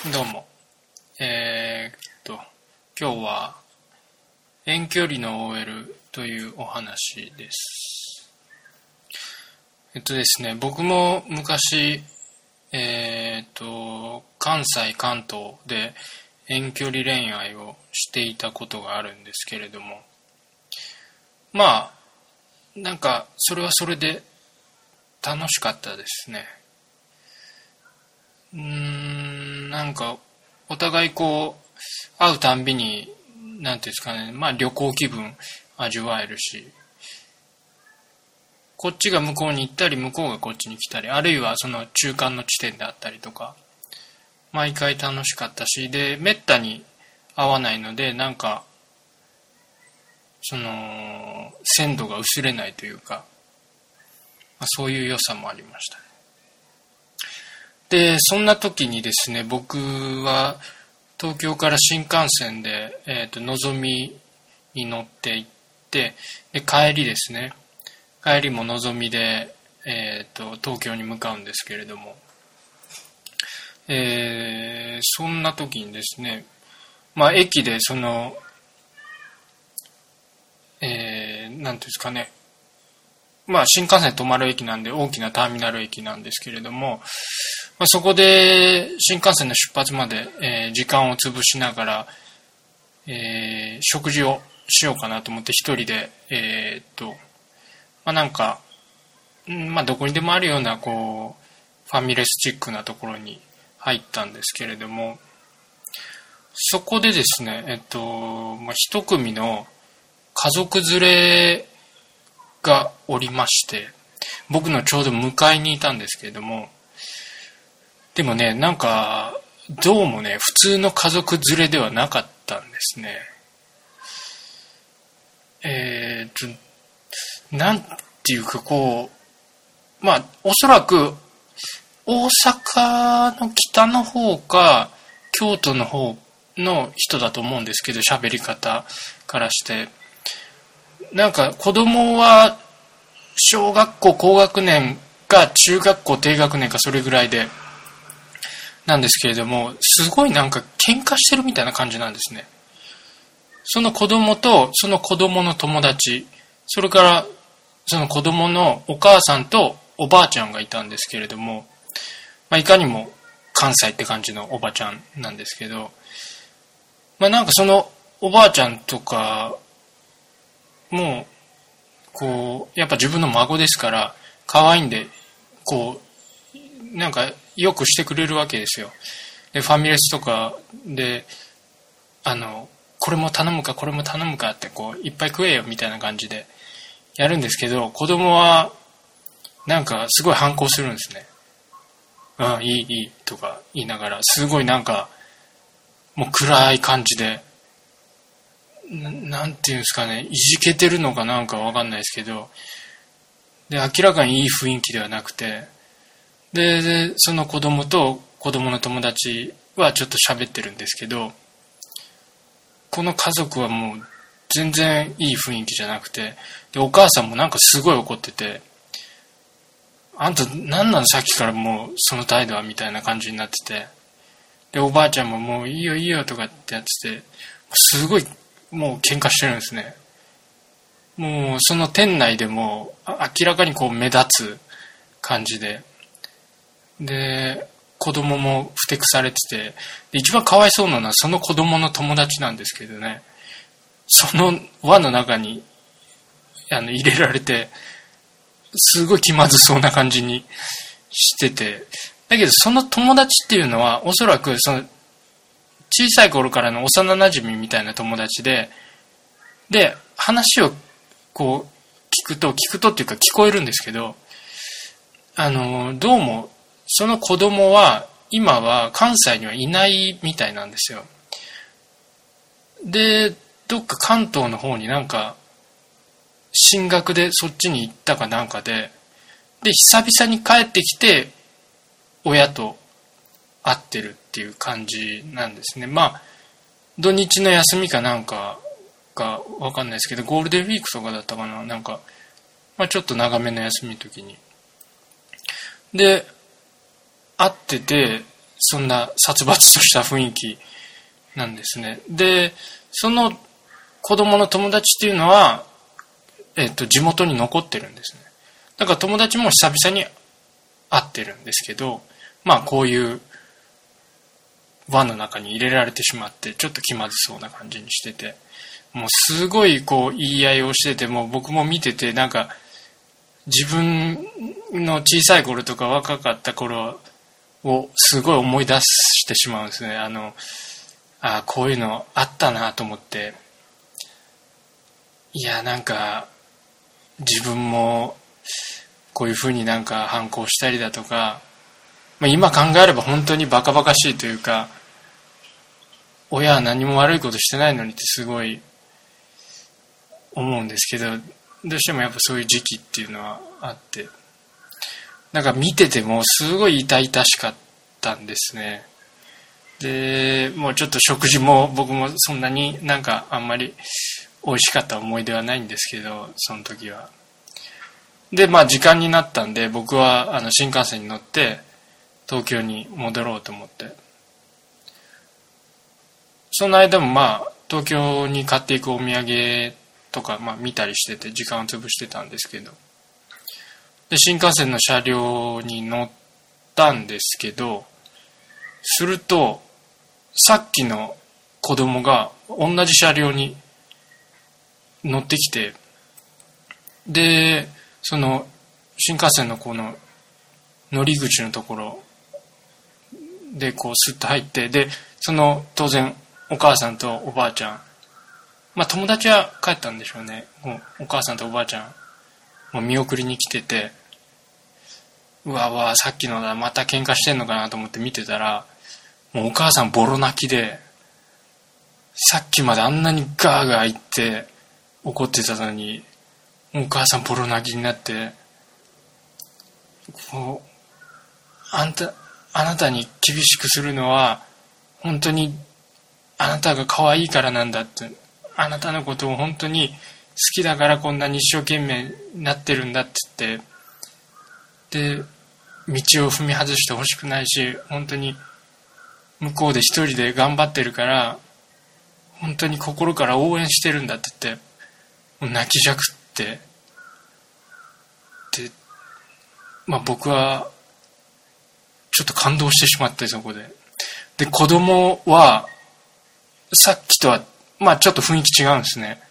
どうも。今日は遠距離の OL というお話です。ですね、僕も昔、関西、関東で遠距離恋愛をしていたことがあるんですけれども、まあ、なんか、それはそれで楽しかったですね。なんかお互いこう会うたんびになんていうんですかね、旅行気分味わえるし、こっちが向こうに行ったり向こうがこっちに来たり、あるいはその中間の地点であったりとか、毎回楽しかったし、でめったに会わないので、なんかその鮮度が薄れないというか、そういう良さもありましたね。で、そんな時にですね、僕は東京から新幹線で、のぞみに乗って行って、で、帰りですね。帰りものぞみで、東京に向かうんですけれども、そんな時にですね、駅でその、なんていうんですかね、新幹線止まる駅なんで大きなターミナル駅なんですけれども、そこで新幹線の出発まで、時間を潰しながら、食事をしようかなと思って一人で、なんか、どこにでもあるようなこうファミレスチックなところに入ったんですけれども、そこでですね、一組の家族連れがおりまして、僕のちょうど向かいにいたんですけれども、でもね、なんかどうもね、普通の家族連れではなかったんですね。なんていうかこう、おそらく大阪の北の方か京都の方の人だと思うんですけど、喋り方からして、なんか子供は小学校高学年か中学校低学年かそれぐらいでなんですけれども、すごいなんか喧嘩してるみたいな感じなんですね。その子供とその子供の友達、それからその子供のお母さんとおばあちゃんがいたんですけれども、いかにも関西って感じのおばちゃんなんですけど、なんかそのおばあちゃんとかもこうやっぱ自分の孫ですから可愛いんで、こうなんかよくしてくれるわけですよ。でファミレスとかでこれも頼むかこれも頼むかってこういっぱい食えよみたいな感じでやるんですけど、子供はなんかすごい反抗するんですね。いいいいとか言いながら、すごいなんかもう暗い感じで、なんていうんですかね、いじけてるのかなんかわかんないですけど、で明らかにいい雰囲気ではなくて、でその子供と子供の友達はちょっと喋ってるんですけど、この家族はもう全然いい雰囲気じゃなくて、でお母さんもなんかすごい怒ってて、あんた何なのさっきからもうその態度はみたいな感じになってて、でおばあちゃんももういいよいいよとかってやってて、すごいもう喧嘩してるんですね。もうその店内でも明らかにこう目立つ感じで、で子供もふてくされてて、で一番かわいそうなのはその子供の友達なんですけどね、その輪の中に入れられて、すごい気まずそうな感じにしてて、だけどその友達っていうのはおそらくその小さい頃からの幼馴染みたいな友達で、話をこう聞くとっていうか聞こえるんですけど、どうもその子供は今は関西にはいないみたいなんですよ。でどっか関東の方になんか進学でそっちに行ったかなんかで、久々に帰ってきて親と会ってるっていう感じなんですね。土日の休みかなんかが分かんないですけど、ゴールデンウィークとかだったかな、なんかちょっと長めの休みの時にで会ってて、 そんな殺伐とした雰囲気なんですね。で、その子供の友達っていうのは、地元に残ってるんですね。だから友達も久々に会ってるんですけど、まあこういう輪の中に入れられてしまって、ちょっと気まずそうな感じにしてて、もうすごいこう言い合いをしてて、もう僕も見てて、なんか自分の小さい頃とか若かった頃をすごい思い出してしまうんですね。こういうのあったなと思って、いや、なんか自分もこういう風になんか反抗したりだとか、まあ、今考えれば本当にバカバカしいというか、親は何も悪いことしてないのにってすごい思うんですけど、どうしてもやっぱそういう時期っていうのはあって、なんか見ててもすごい痛々しかったんですね。で、もうちょっと食事も僕もそんなになんかあんまり美味しかった思い出はないんですけど、その時は。で、まあ時間になったんで、僕は新幹線に乗って東京に戻ろうと思って。その間もまあ東京に買っていくお土産とかまあ見たりしてて時間を潰してたんですけど。で、新幹線の車両に乗ったんですけど、すると、さっきの子供が同じ車両に乗ってきて、で、その新幹線のこの乗り口のところでこうスッと入って、で、その当然お母さんとおばあちゃん、まあ友達は帰ったんでしょうね。もうお母さんとおばあちゃんもう見送りに来てて、うわうわ、さっきのだ、また喧嘩してんのかなと思って見てたら、もうお母さんボロ泣きで、さっきまであんなにガーガー言って怒ってたのに、お母さんボロ泣きになって、こう、あなたに厳しくするのは本当にあなたが可愛いからなんだって、あなたのことを本当に好きだからこんなに一生懸命になってるんだって言って、で、道を踏み外してほしくないし、本当に向こうで一人で頑張ってるから本当に心から応援してるんだって言って、もう泣きじゃくって、で、まあ僕はちょっと感動してしまって、そこで。で、子供はさっきとはまあちょっと雰囲気違うんですね。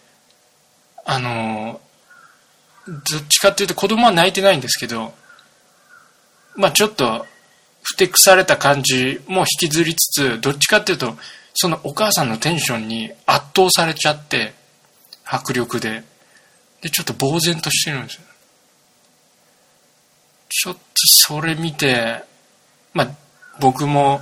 どっちかっていうと子供は泣いてないんですけど、まあちょっとふてくされた感じも引きずりつつ、どっちかっていうとそのお母さんのテンションに圧倒されちゃって、迫力でちょっと呆然としてるんですよ。ちょっとそれ見て、まあ僕も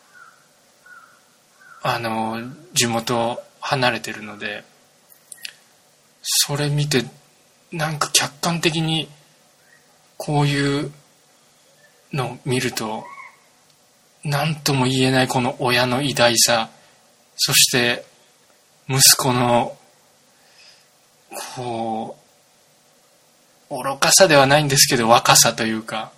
地元離れてるので、それ見てなんか客観的にこういうのを見ると、何とも言えないこの親の偉大さ、そして息子のこう愚かさではないんですけど若さというか、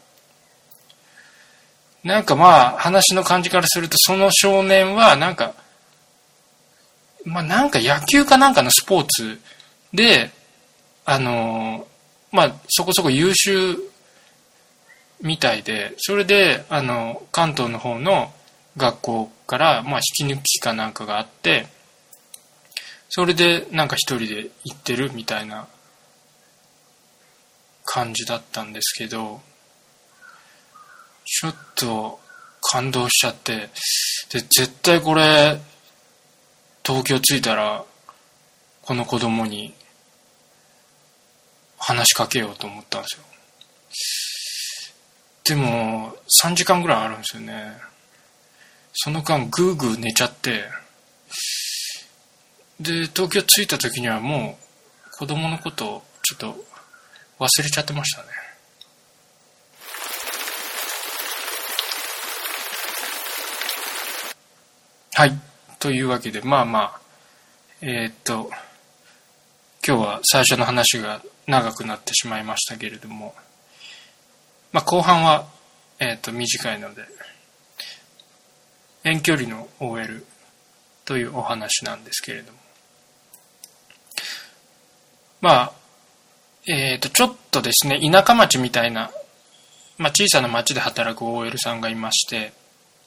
なんかまあ話の感じからすると、その少年はなんかまあなんか野球かなんかのスポーツでまあそこそこ優秀みたいで、それで関東の方の学校からまあ引き抜きかなんかがあって、それでなんか一人で行ってるみたいな感じだったんですけど、ちょっと感動しちゃって、で絶対これ東京着いたらこの子供に話しかけようと思ったんですよ。でも3時間ぐらいあるんですよね。その間グーグー寝ちゃって、で東京着いた時にはもう子供のことをちょっと忘れちゃってましたね。はい、というわけで、まあまあ今日は最初の話が長くなってしまいましたけれども、まあ後半は短いので、 遠距離の OL というお話なんですけれども、ちょっとですね、田舎町みたいな、小さな町で働く OL さんがいまして、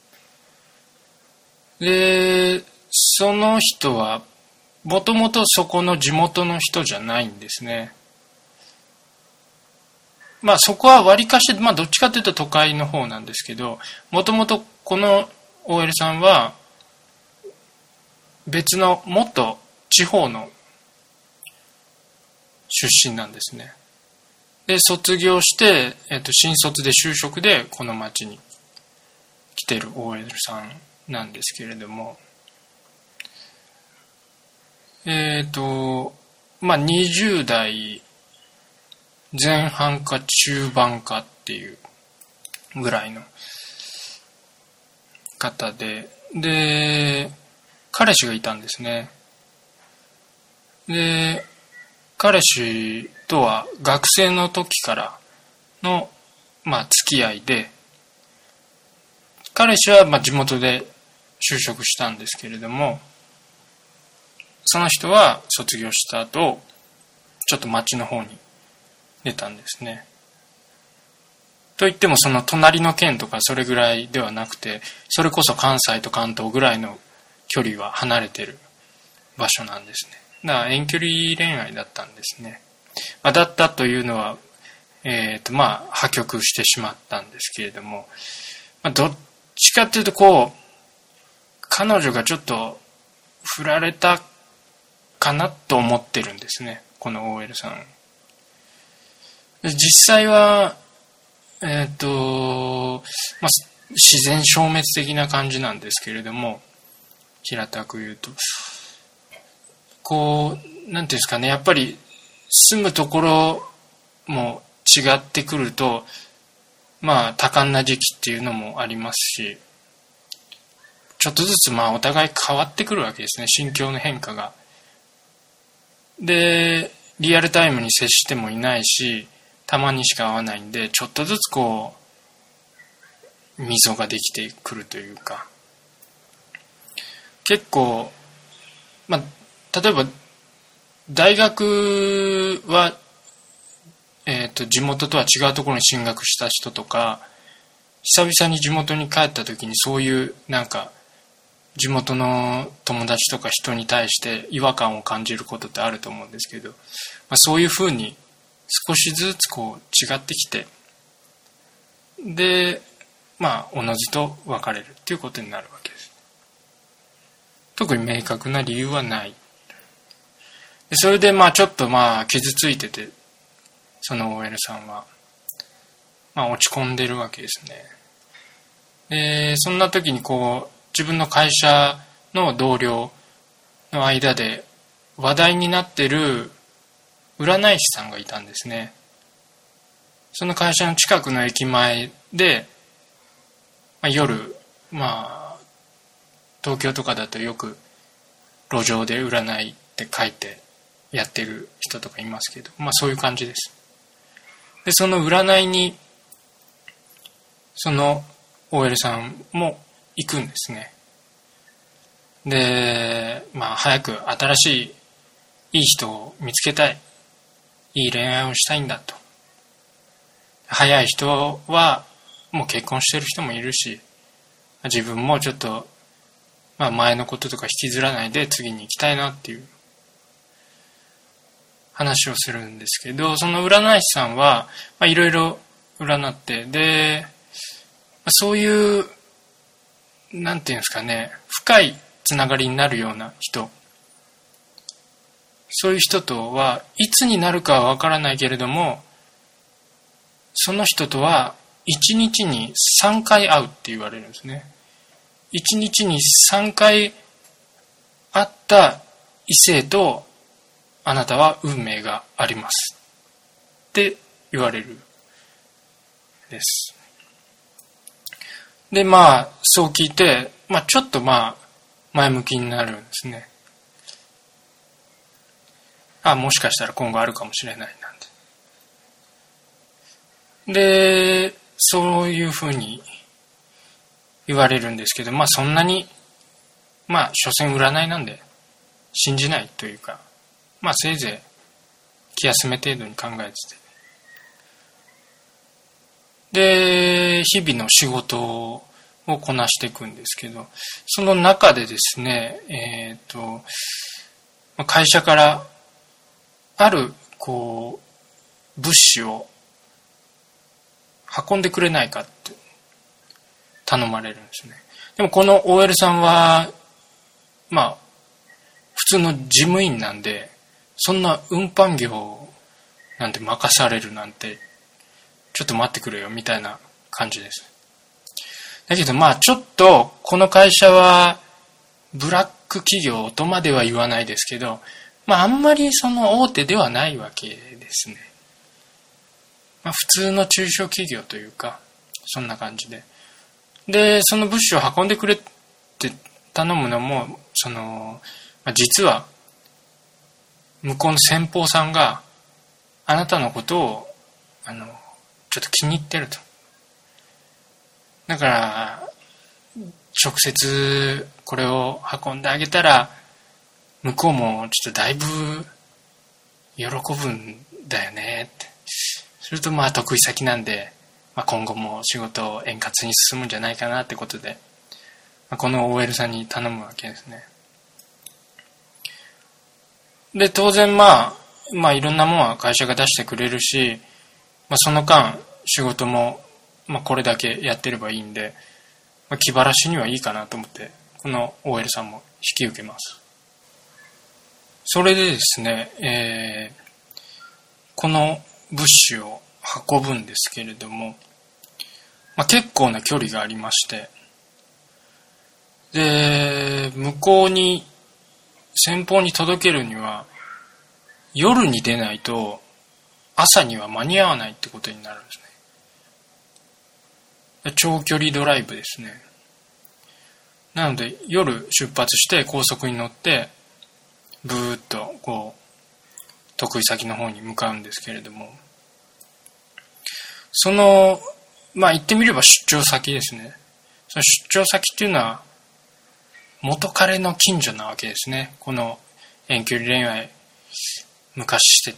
で、その人はもともとそこの地元の人じゃないんですね。そこは割かし、どっちかというと都会の方なんですけど、もともとこの OL さんは別のもっと地方の出身なんですね。で、卒業して、新卒で就職でこの町に来てる OL さんなんですけれども、20代前半か中盤かっていうぐらいの方で、彼氏がいたんですね。で、彼氏とは学生の時からの、付き合いで、彼氏は地元で就職したんですけれども、その人は卒業した後、ちょっと町の方に出たんですね。といってもその隣の県とかそれぐらいではなくて、それこそ関西と関東ぐらいの距離は離れてる場所なんですね。だから遠距離恋愛だったんですね。だったというのは、破局してしまったんですけれども、どっちかっていうと彼女がちょっと振られたかなと思ってるんですね、この OL さん。実際は自然消滅的な感じなんですけれども、平たく言うとなんていうんですかね、やっぱり住むところも違ってくると、多感な時期っていうのもありますし、ちょっとずつお互い変わってくるわけですね、心境の変化が。で、リアルタイムに接してもいないし、たまにしか会わないんで、ちょっとずつ溝ができてくるというか、結構例えば大学は、地元とは違うところに進学した人とか、久々に地元に帰った時にそういう地元の友達とか人に対して違和感を感じることってあると思うんですけど、そういうふうに少しずつ違ってきて、でおのずと別れるっていうことになるわけです。特に明確な理由はない。でそれでちょっと傷ついてて、その OL さんは落ち込んでるわけですね。でそんな時に自分の会社の同僚の間で話題になってる占い師さんがいたんですね。その会社の近くの駅前で、夜東京とかだとよく路上で占いって書いてやってる人とかいますけど、そういう感じです。でその占いにその OL さんも行くんですね。で早く新しいいい人を見つけたい、いい恋愛をしたいんだと。早い人はもう結婚してる人もいるし、自分もちょっと前のこととか引きずらないで次に行きたいなっていう話をするんですけど、その占い師さんはいろいろ占って、でそういうなんていうんですかね、深いつながりになるような人、そういう人とはいつになるかは分からないけれども、その人とは1日に3回会うって言われるんですね。1日に3回会った異性とあなたは運命がありますって言われるです。でそう聞いてちょっと前向きになるんですね。もしかしたら今後あるかもしれないなんて。でそういうふうに言われるんですけど、そんなに、所詮占いなんで、信じないというか、せいぜい気休め程度に考えてて。で、日々の仕事をこなしていくんですけど、その中でですね、会社からある、物資を運んでくれないかって頼まれるんですね。でもこの OL さんは、普通の事務員なんで、そんな運搬業なんて任されるなんて、ちょっと待ってくれよみたいな感じです。だけどちょっとこの会社はブラック企業とまでは言わないですけど、あんまりその大手ではないわけですね。普通の中小企業というか、そんな感じで。で、その物資を運んでくれって頼むのも、実は、向こうの先方さんがあなたのことを、ちょっと気に入ってると。だから、直接これを運んであげたら、向こうもちょっとだいぶ喜ぶんだよねって。すると得意先なんで、今後も仕事を円滑に進むんじゃないかなってことで、この OL さんに頼むわけですね。で、当然いろんなものは会社が出してくれるし、その間仕事もこれだけやってればいいんで、気晴らしにはいいかなと思って、この OL さんも引き受けます。それでですね、この物資を運ぶんですけれども、結構な距離がありまして、で、向こうに先方に届けるには夜に出ないと朝には間に合わないってことになるんですね。長距離ドライブですね。なので夜出発して高速に乗ってブーッと得意先の方に向かうんですけれども、その言ってみれば出張先ですね。その出張先っていうのは元彼の近所なわけですね。この遠距離恋愛昔して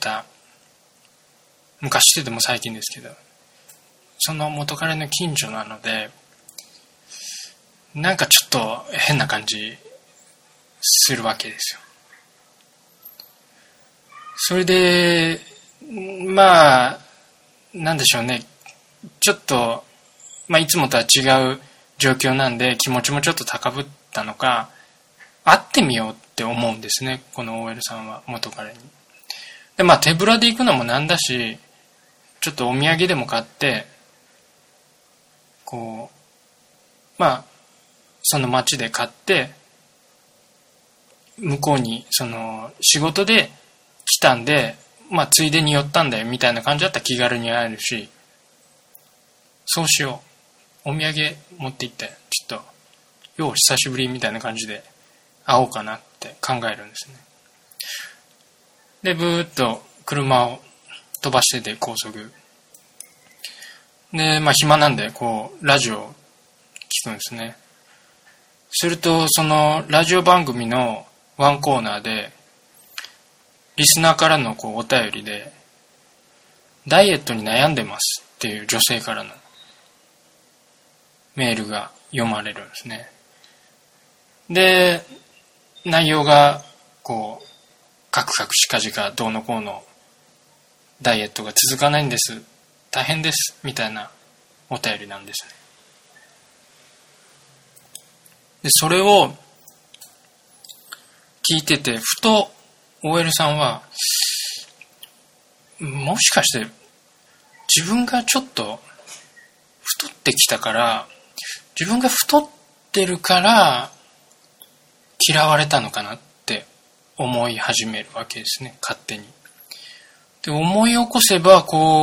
ても最近ですけど、その元彼の近所なので、ちょっと変な感じするわけですよ。それでなんでしょうね、ちょっといつもとは違う状況なんで気持ちもちょっと高ぶったのか、会ってみようって思うんですね、この OL さんは元彼に。で手ぶらで行くのもなんだし、ちょっとお土産でも買ってその町で買って、向こうに仕事で来たんでついでに寄ったんだよみたいな感じだったら気軽に会えるし、そうしよう、お土産持って行ってちょっとよう久しぶりみたいな感じで会おうかなって考えるんですね。でブーッと車を飛ばしてて高速で、暇なんでラジオを聞くんですね。するとそのラジオ番組のワンコーナーでリスナーからのお便りで、ダイエットに悩んでますっていう女性からのメールが読まれるんですね。で、内容がカクカクしかじかどうのこうの、ダイエットが続かないんです、大変ですみたいなお便りなんですね。でそれを聞いてて、ふと OL さんは、もしかして自分がちょっと太ってきたから、自分が太ってるから嫌われたのかなって思い始めるわけですね、勝手に。で思い起こせば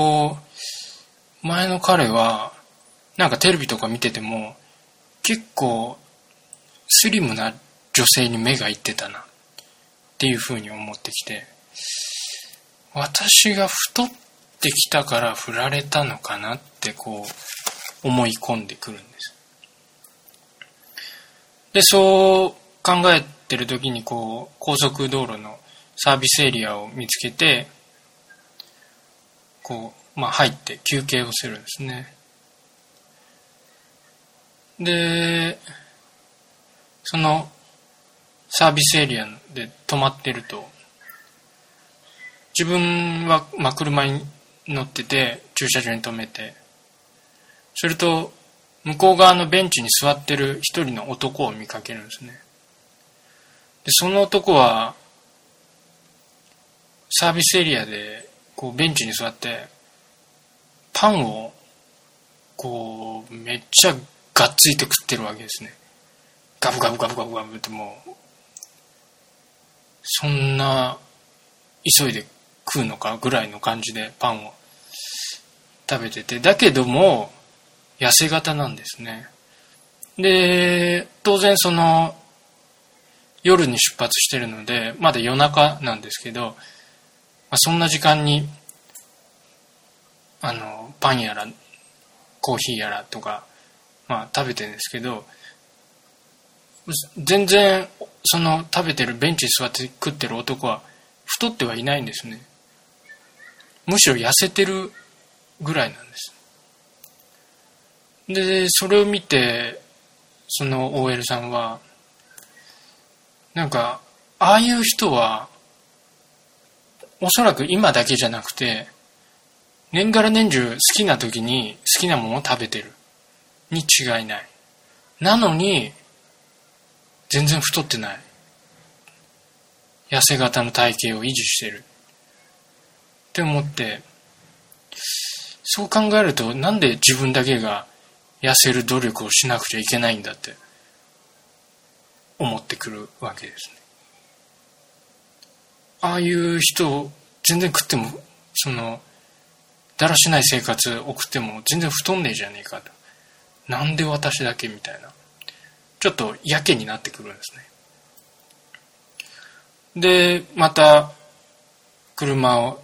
前の彼はテレビとか見てても結構スリムな女性に目がいってたなっていうふうに思ってきて、私が太ってきたから振られたのかなって思い込んでくるんです。 で、そう考えてる時に高速道路のサービスエリアを見つけて、入って休憩をするんですね。で、そのサービスエリアで止まってると、自分は車に乗ってて駐車場に止めて、すると向こう側のベンチに座ってる一人の男を見かけるんですね。で、その男はサービスエリアでベンチに座ってパンをめっちゃがっついて食ってるわけですね。ガブガブガブガブガブって、もうそんな急いで食うのかぐらいの感じでパンを食べてて、だけども痩せ型なんですね。で、当然その夜に出発してるのでまだ夜中なんですけど、そんな時間にパンやらコーヒーやらとか食べてるんですけど、全然その食べてるベンチに座って食ってる男は太ってはいないんですね。むしろ痩せてるぐらいなんです。で、それを見てその OL さんはああいう人はおそらく今だけじゃなくて年がら年中好きな時に好きなものを食べてるに違いない。なのに全然太ってない、痩せ型の体型を維持してるって思って、そう考えるとなんで自分だけが痩せる努力をしなくちゃいけないんだって思ってくるわけですね。ああいう人全然食ってもだらしない生活送っても全然太んねえじゃねえかと、なんで私だけみたいな、ちょっとやけになってくるんですね。で、また車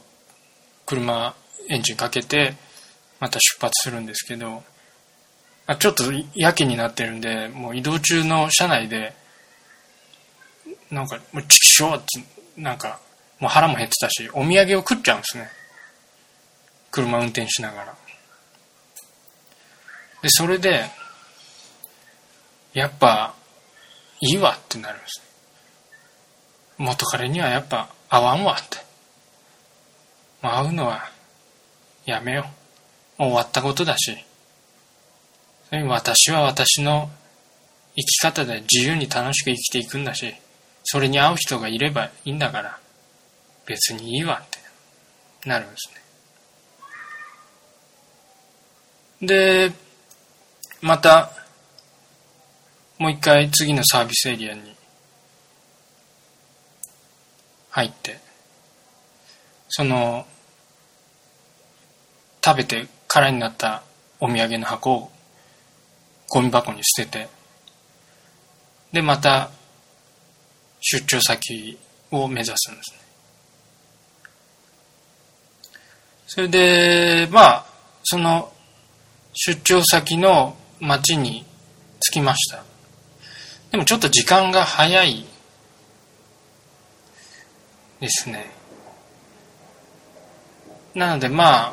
エンジンかけてまた出発するんですけど、ちょっとやけになってるんで、もう移動中の車内でもうチキショーってもう腹も減ってたし、お土産を食っちゃうんですね、車運転しながら。で、それでやっぱいいわってなるんです。元彼にはやっぱ合わんわって、会うのはやめよう、もう終わったことだし、私は私の生き方で自由に楽しく生きていくんだし、それに合う人がいればいいんだから別にいいわってなるんですね。で、またもう一回次のサービスエリアに入って、その食べて空になったお土産の箱をゴミ箱に捨てて、でまた出張先を目指すんですね。それでその出張先の町に着きました。でもちょっと時間が早いですね。なので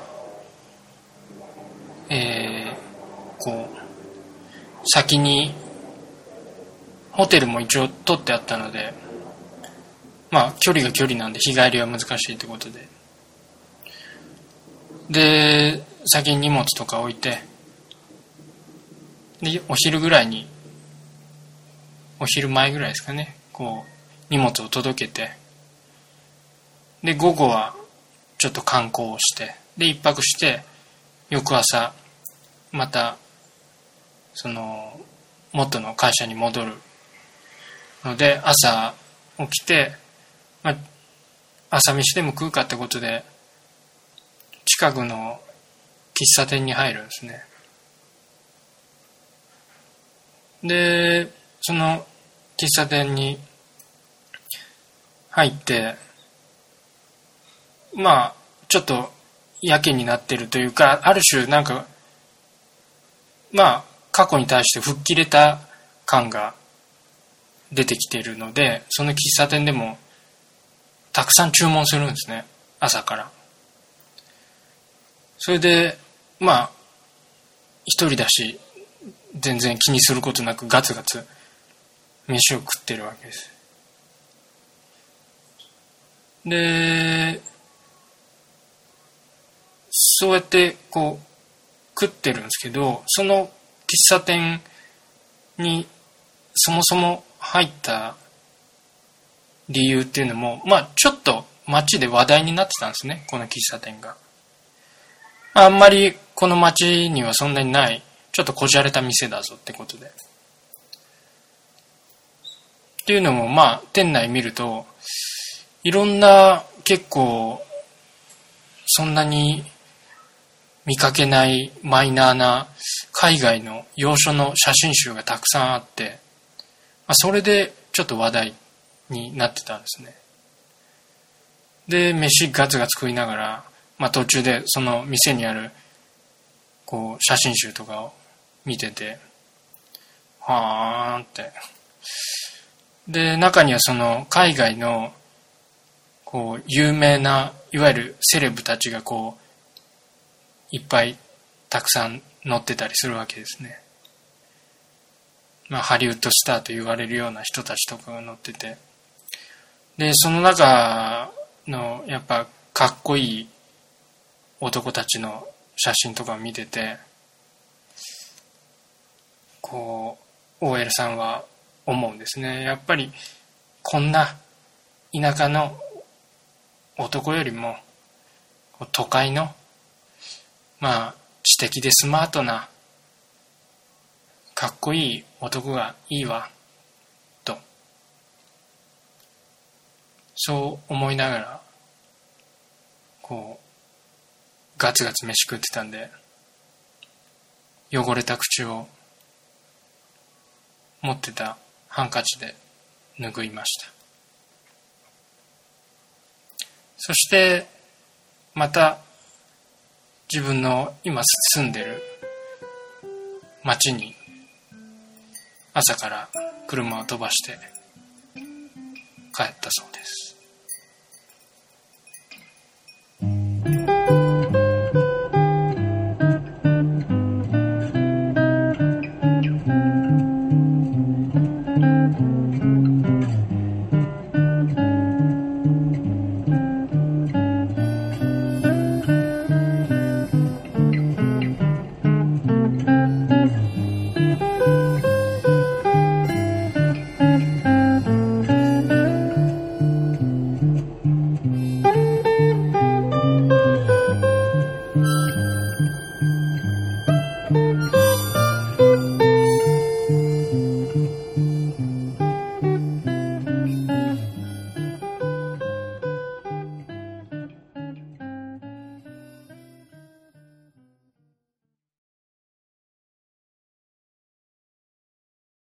先にホテルも一応取ってあったので、距離が距離なんで日帰りは難しいってことで、先に荷物とか置いて、でお昼前ぐらいですかね、荷物を届けて、で午後はちょっと観光をして、で一泊して、翌朝またその元の会社に戻るので、朝起きて、朝飯でも食うかってことで近くの喫茶店に入るんですね。でその喫茶店に入って、ちょっとやけになってるというか、ある種過去に対して吹っ切れた感が出てきているので、その喫茶店でもたくさん注文するんですね、朝から。それで一人だし全然気にすることなくガツガツ飯を食ってるわけです。で、そうやってこう食ってるんですけど、その喫茶店にそもそも入った理由っていうのも、ちょっと街で話題になってたんですね、この喫茶店が。あんまりこの街にはそんなにない、ちょっとこじゃれた店だぞってことで。っていうのも店内見ると、いろんな結構そんなに見かけないマイナーな海外の洋書の写真集がたくさんあって、それでちょっと話題になってたんですね。で、飯ガツガツ食いながら、途中でその店にあるこう写真集とかを見てて、はーんって。で、中にはその海外のこう有名ないわゆるセレブたちがこういっぱいたくさん載ってたりするわけですね。ハリウッドスターと言われるような人たちとかが載ってて、でその中のやっぱかっこいい男たちの写真とかを見てて、こう OL さんは思うんですね。やっぱりこんな田舎の男よりも都会の知的でスマートなかっこいい男がいいわと、そう思いながらこうガツガツ飯食ってたんで、汚れた口を持ってたハンカチで拭いました。そしてまた自分の今住んでる町に朝から車を飛ばして帰ったそうです。